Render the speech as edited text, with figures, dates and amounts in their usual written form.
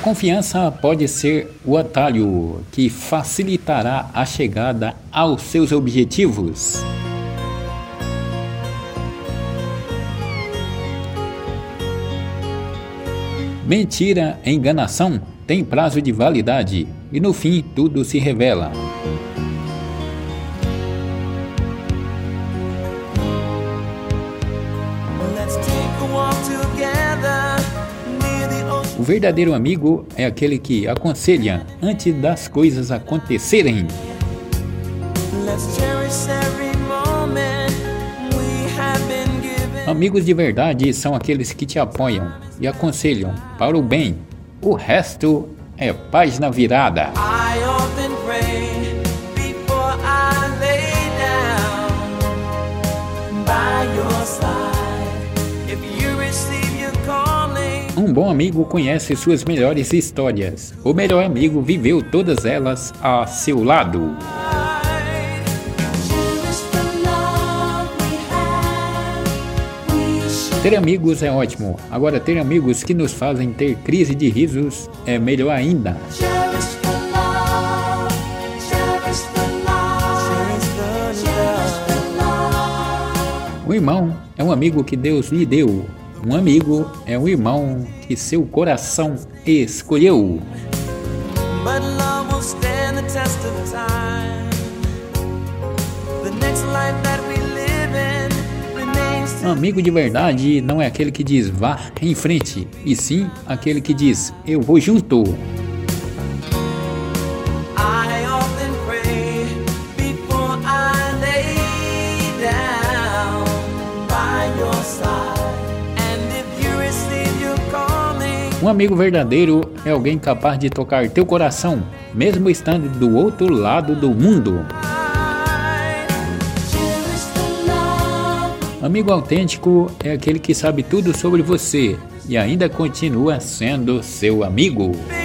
confiança pode ser o atalho que facilitará a chegada aos seus objetivos. Mentira e enganação têm prazo de validade e no fim tudo se revela. O verdadeiro amigo é aquele que aconselha antes das coisas acontecerem. Amigos de verdade são aqueles que te apoiam e aconselham para o bem. O resto é página virada. Um bom amigo conhece suas melhores histórias. O melhor amigo viveu todas elas a seu lado. Ter amigos é ótimo. Agora, ter amigos que nos fazem ter crise de risos é melhor ainda. Um irmão é um amigo que Deus lhe deu. Um amigo é um irmão que seu coração escolheu. Um amigo de verdade não é aquele que diz vá em frente, e sim aquele que diz eu vou junto. Um amigo verdadeiro é alguém capaz de tocar teu coração, mesmo estando do outro lado do mundo. Amigo autêntico é aquele que sabe tudo sobre você e ainda continua sendo seu amigo.